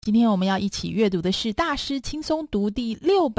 今天我们要一起阅读的是大师轻松读第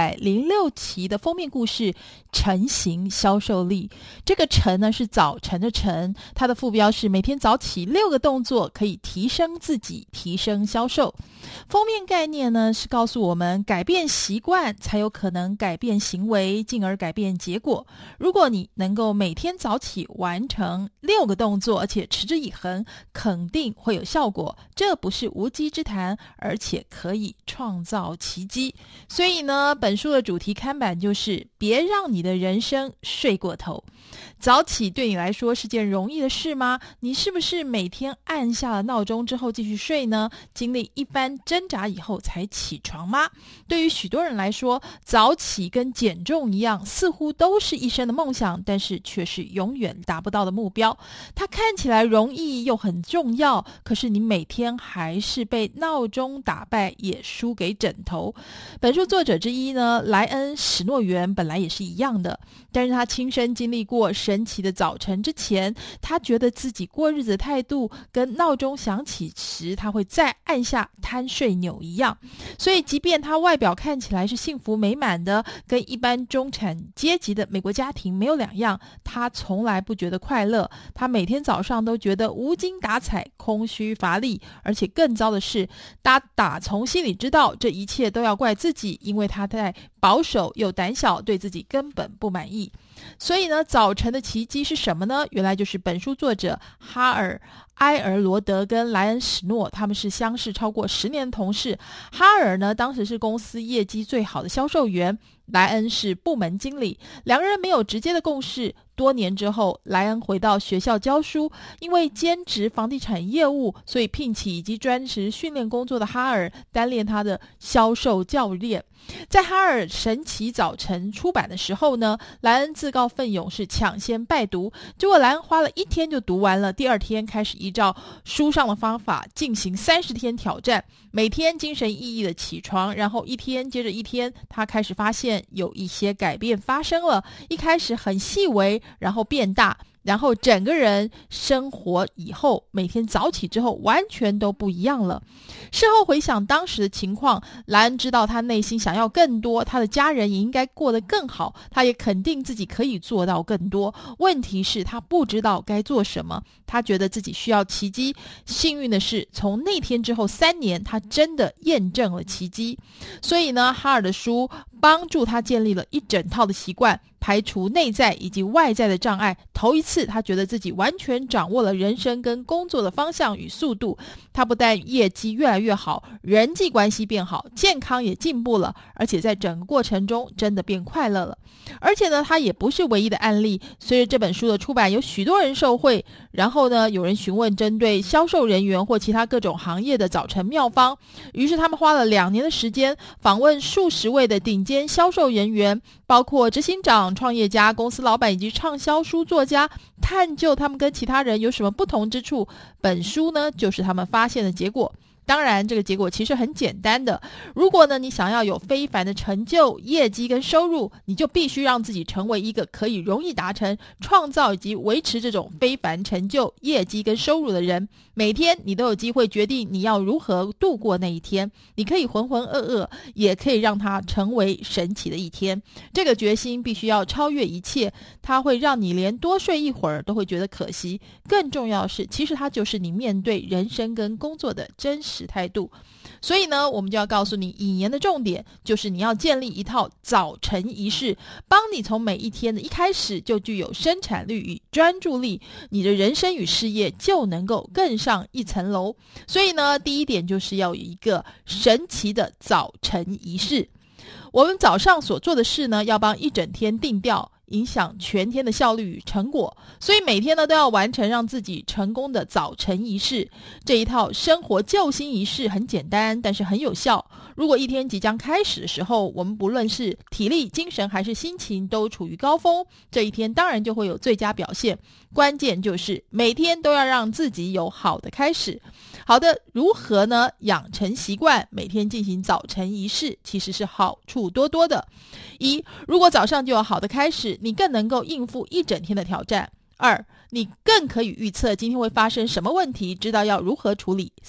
606期的封面故事晨型销售力。这个晨呢是早晨的晨，它的副标是每天早起6个动作可以提升自己，提升销售。封面概念呢是告诉我们改变习惯才有可能改变行为，进而改变结果。如果你能够每天早起完成6个动作，而且持之以恒，肯定会有效果。这不是无稽之谈，而且可以创造奇迹。所以呢，本书的主题看板就是别让你的人生睡过头。早起对你来说是件容易的事吗？你是不是每天按下了闹钟之后继续睡呢？经历一番挣扎以后才起床吗？对于许多人来说，早起跟减重一样，似乎都是一生的梦想，但是却是永远达不到的目标。它看起来容易又很重要，可是你每天还是被闹钟打败，也输给枕头。本书作者之一呢，莱恩·史诺元本来也是一样的，但是他亲身经历过神奇的早晨之前，他觉得自己过日子的态度跟闹钟响起时他会再按下贪睡钮一样。所以即便他外表看起来是幸福美满的，跟一般中产阶级的美国家庭没有两样，他从来不觉得快乐。他每天早上都觉得无精打采，空虚乏力，而且更糟的是，他打从心里知道这一切都要怪自己，因为他太保守又胆小，对自己根本不满意。所以呢，早晨的奇迹是什么呢？原来就是本书作者哈尔埃尔罗德跟莱恩史诺，他们是相识超过10年的同事。哈尔呢，当时是公司业绩最好的销售员，莱恩是部门经理。两个人没有直接的共识。多年之后，莱恩回到学校教书，因为兼职房地产业务，所以聘请以及专职训练工作的哈尔担任他的销售教练。在哈尔神奇早晨出版的时候呢，莱恩自告奋勇是抢先拜读，结果莱恩花了1天就读完了。第2天开始依照书上的方法进行30天挑战，每天精神奕奕的起床，然后一天接着一天，他开始发现有一些改变发生了。一开始很细微，然后变大，然后整个人生活以后每天早起之后完全都不一样了。事后回想当时的情况，莱恩知道他内心想要更多，他的家人也应该过得更好，他也肯定自己可以做到更多。问题是他不知道该做什么，他觉得自己需要奇迹。幸运的是，从那天之后3年，他真的验证了奇迹。所以呢，哈尔的书帮助他建立了一整套的习惯，排除内在以及外在的障碍。头一次他觉得自己完全掌握了人生跟工作的方向与速度。他不但业绩越来越好，人际关系变好，健康也进步了，而且在整个过程中真的变快乐了。而且呢，他也不是唯一的案例。随着这本书的出版，有许多人受惠，然后呢，有人询问针对销售人员或其他各种行业的早晨妙方，于是他们花了2年的时间，访问数十位的顶尖销售人员，包括执行长、创业家、公司老板以及畅销书作家，探究他们跟其他人有什么不同之处。本书呢，就是他们发现的结果。当然，这个结果其实很简单的。如果呢，你想要有非凡的成就、业绩跟收入，你就必须让自己成为一个可以容易达成、创造以及维持这种非凡成就、业绩跟收入的人。每天你都有机会决定你要如何度过那一天。你可以浑浑噩噩，也可以让它成为神奇的一天。这个决心必须要超越一切，它会让你连多睡一会儿都会觉得可惜。更重要的是，其实它就是你面对人生跟工作的真实态度。所以呢，我们就要告诉你，引言的重点就是你要建立一套早晨仪式，帮你从每一天的一开始就具有生产力与专注力，你的人生与事业就能够更上一层楼。所以呢，第一点就是要有一个神奇的早晨仪式。我们早上所做的事呢，要帮一整天定调，影响全天的效率与成果。所以每天呢，都要完成让自己成功的早晨仪式。这一套生活救星仪式很简单，但是很有效。如果一天即将开始的时候，我们不论是体力、精神还是心情都处于高峰，这一天当然就会有最佳表现。关键就是每天都要让自己有好的开始。好的，如何呢？养成习惯，每天进行早晨仪式，其实是好处多多的。1，如果早上就有好的开始，你更能够应付一整天的挑战。2，你更可以预测今天会发生什么问题，知道要如何处理。3，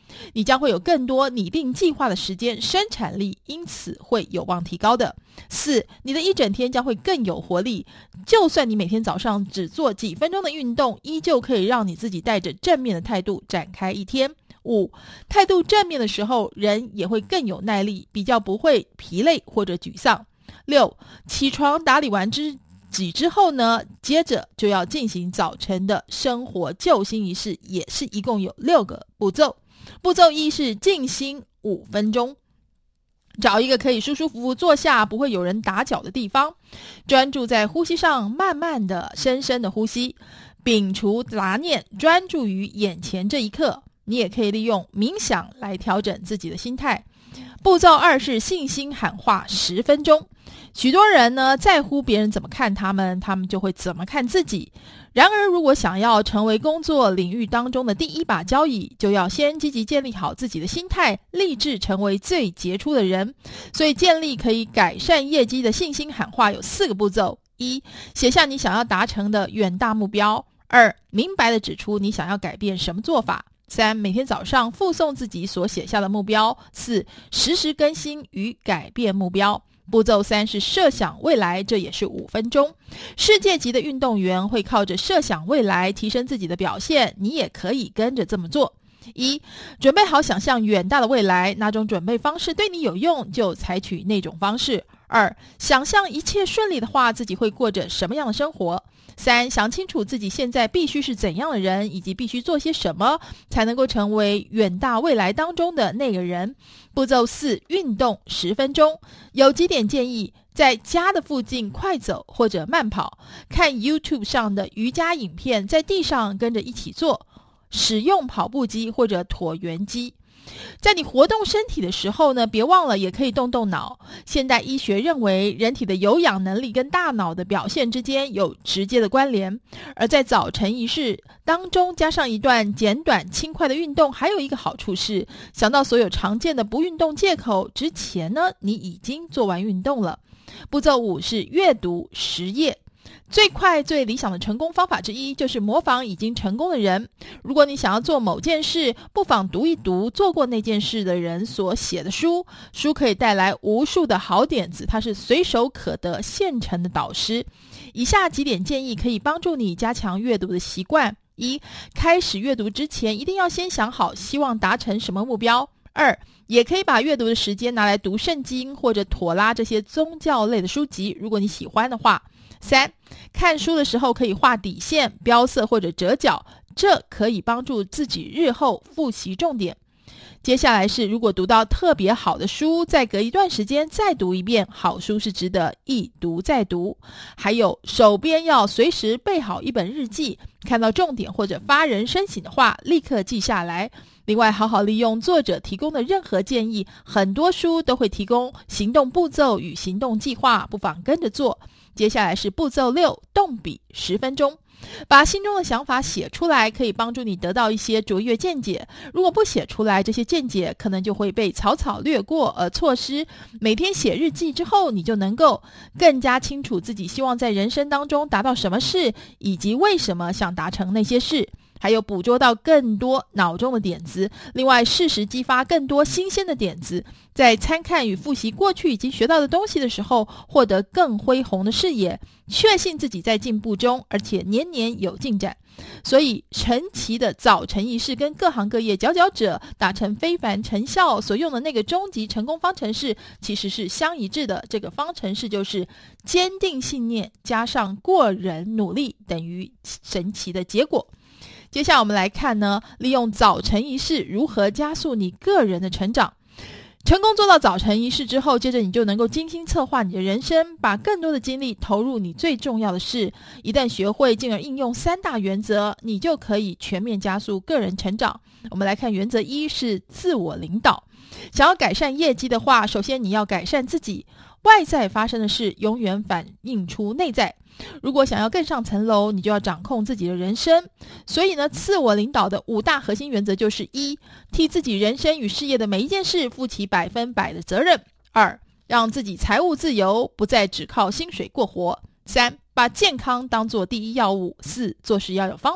你将会有更多拟定计划的时间，生产力因此会有望提高的。4，你的一整天将会更有活力，就算你每天早上只做几分钟的运动，依旧可以让你自己带着正面的态度展开一天。5，态度正面的时候，人也会更有耐力，比较不会疲累或者沮丧。6，起床打理完自己之后呢，接着就要进行早晨的生活救星仪式，也是一共有6个步骤。步骤1是静心5分钟，找一个可以舒舒服服坐下，不会有人打搅的地方，专注在呼吸上，慢慢的深深的呼吸，摒除杂念，专注于眼前这一刻。你也可以利用冥想来调整自己的心态。步骤2是信心喊话10分钟。许多人呢在乎别人怎么看他们，他们就会怎么看自己。然而如果想要成为工作领域当中的第一把交椅，就要先积极建立好自己的心态，立志成为最杰出的人。所以建立可以改善业绩的信心喊话有4个步骤。1，写下你想要达成的远大目标。2，明白地指出你想要改变什么做法。3，每天早上复诵自己所写下的目标。4，实时更新与改变目标。步骤3是设想未来，这也是5分钟。世界级的运动员会靠着设想未来提升自己的表现，你也可以跟着这么做。1，准备好想象远大的未来，哪种准备方式对你有用，就采取那种方式。2，想象一切顺利的话，自己会过着什么样的生活。3，想清楚自己现在必须是怎样的人，以及必须做些什么才能够成为远大未来当中的那个人。步骤4，运动10分钟。有几点建议：在家的附近快走或者慢跑，看 YouTube 上的瑜伽影片，在地上跟着一起做，使用跑步机或者椭圆机。在你活动身体的时候呢，别忘了也可以动动脑。现代医学认为，人体的有氧能力跟大脑的表现之间有直接的关联。而在早晨仪式当中加上一段简短轻快的运动，还有一个好处是，想到所有常见的不运动借口之前呢，你已经做完运动了。步骤5是阅读10页。最快最理想的成功方法之一就是模仿已经成功的人。如果你想要做某件事，不妨读一读做过那件事的人所写的书。书可以带来无数的好点子，它是随手可得现成的导师。以下几点建议可以帮助你加强阅读的习惯。1，开始阅读之前一定要先想好希望达成什么目标。2，也可以把阅读的时间拿来读圣经或者妥拉这些宗教类的书籍，如果你喜欢的话。3，看书的时候可以画底线、标色或者折角，这可以帮助自己日后复习重点。接下来是，如果读到特别好的书，再隔一段时间再读一遍，好书是值得一读再读。还有，手边要随时备好一本日记，看到重点或者发人深省的话，立刻记下来。另外，好好利用作者提供的任何建议，很多书都会提供行动步骤与行动计划，不妨跟着做。接下来是步骤6，动笔10分钟。把心中的想法写出来，可以帮助你得到一些卓越见解。如果不写出来，这些见解可能就会被草草略过而错失。每天写日记之后，你就能够更加清楚自己希望在人生当中达到什么事，以及为什么想达成那些事。还有捕捉到更多脑中的点子，另外适时激发更多新鲜的点子，在参看与复习过去已经学到的东西的时候，获得更恢宏的视野，确信自己在进步中，而且年年有进展。所以晨期的早晨仪式跟各行各业佼佼者达成非凡成效所用的那个终极成功方程式其实是相一致的。这个方程式就是坚定信念加上过人努力等于神奇的结果。接下来我们来看呢，利用早晨仪式如何加速你个人的成长。成功做到早晨仪式之后，接着你就能够精心策划你的人生，把更多的精力投入你最重要的事。一旦学会进而应用3大原则，你就可以全面加速个人成长。我们来看原则1是自我领导。想要改善业绩的话，首先你要改善自己。外在发生的事永远反映出内在。如果想要更上层楼，你就要掌控自己的人生。所以呢，自我领导的5大核心原则就是：1，替自己人生与事业的每一件事负起100%的责任；2，让自己财务自由，不再只靠薪水过活；3，把健康当作第一要务；4，做事要有方法；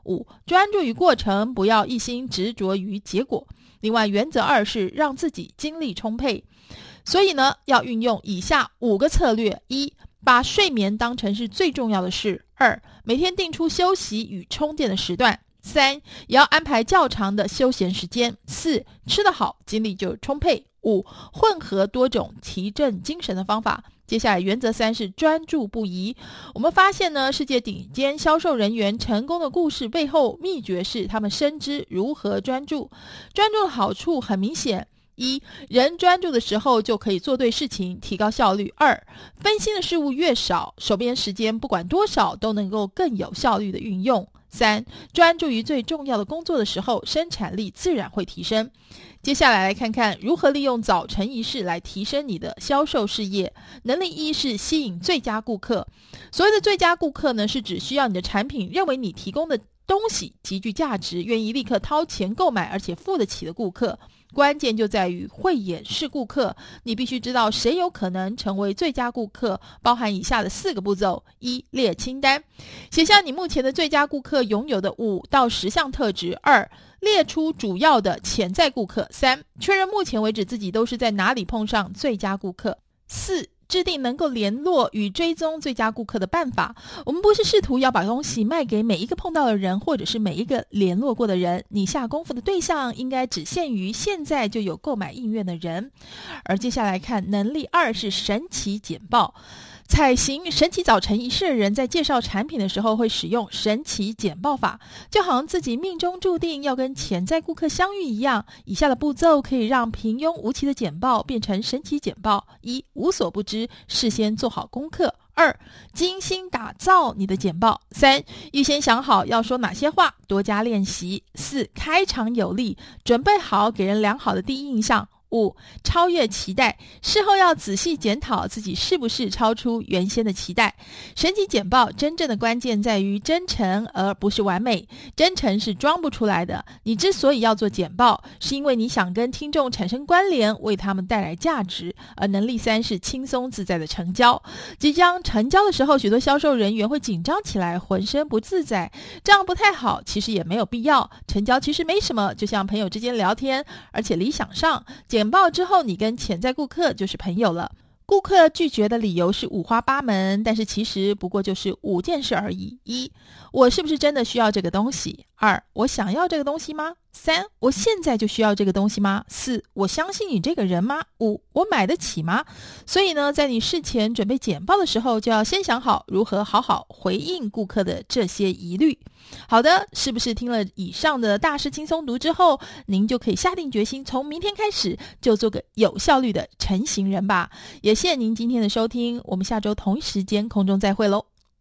5. 专注于过程，不要一心执着于结果。另外原则2是让自己精力充沛，所以呢要运用以下5个策略。1. 把睡眠当成是最重要的事。2. 每天定出休息与充电的时段。3. 也要安排较长的休闲时间。4. 吃得好，精力就充沛。5. 混合多种提振精神的方法。接下来原则3是专注不移。我们发现呢，世界顶尖销售人员成功的故事背后秘诀是他们深知如何专注。专注的好处很明显。1. 人专注的时候就可以做对事情，提高效率。2. 分心的事物越少，手边时间不管多少都能够更有效率的运用。3. 专注于最重要的工作的时候，生产力自然会提升。接下来看看如何利用早晨仪式来提升你的销售事业。能力1是吸引最佳顾客。所谓的最佳顾客呢，是指需要你的产品认为你提供的东西极具价值，愿意立刻掏钱购买而且付得起的顾客。关键就在于会眼识顾客，你必须知道谁有可能成为最佳顾客，包含以下的4个步骤。1. 列清单，写下你目前的最佳顾客拥有的5到10项特质。2. 列出主要的潜在顾客。3. 确认目前为止自己都是在哪里碰上最佳顾客。4. 制定能够联络与追踪最佳顾客的办法。我们不是试图要把东西卖给每一个碰到的人，或者是每一个联络过的人，你下功夫的对象应该只限于现在就有购买意愿的人。而接下来看能力2是神奇简报。采行神奇早晨仪式的人在介绍产品的时候会使用神奇简报法，就好像自己命中注定要跟潜在顾客相遇一样。以下的步骤可以让平庸无奇的简报变成神奇简报。1. 无所不知，事先做好功课。2. 精心打造你的简报。3. 预先想好要说哪些话，多加练习。4. 开场有力，准备好给人良好的第一印象。5. 超越期待，事后要仔细检讨自己是不是超出原先的期待。神奇简报真正的关键在于真诚，而不是完美。真诚是装不出来的。你之所以要做简报，是因为你想跟听众产生关联，为他们带来价值。而能力3是轻松自在的成交。即将成交的时候，许多销售人员会紧张起来，浑身不自在，这样不太好，其实也没有必要。成交其实没什么，就像朋友之间聊天，而且理想上简报之后，你跟潜在顾客就是朋友了。顾客拒绝的理由是五花八门，但是其实不过就是5件事而已。1. 我是不是真的需要这个东西？ 2. 我想要这个东西吗？ 3. 我现在就需要这个东西吗？ 4. 我相信你这个人吗？ 5. 我买得起吗？所以呢，在你事前准备简报的时候，就要先想好如何好好回应顾客的这些疑虑。好的，是不是听了以上的大师轻松读之后，您就可以下定决心从明天开始就做个有效率的成型人吧。也谢谢您今天的收听，我们下周同一时间空中再会喽。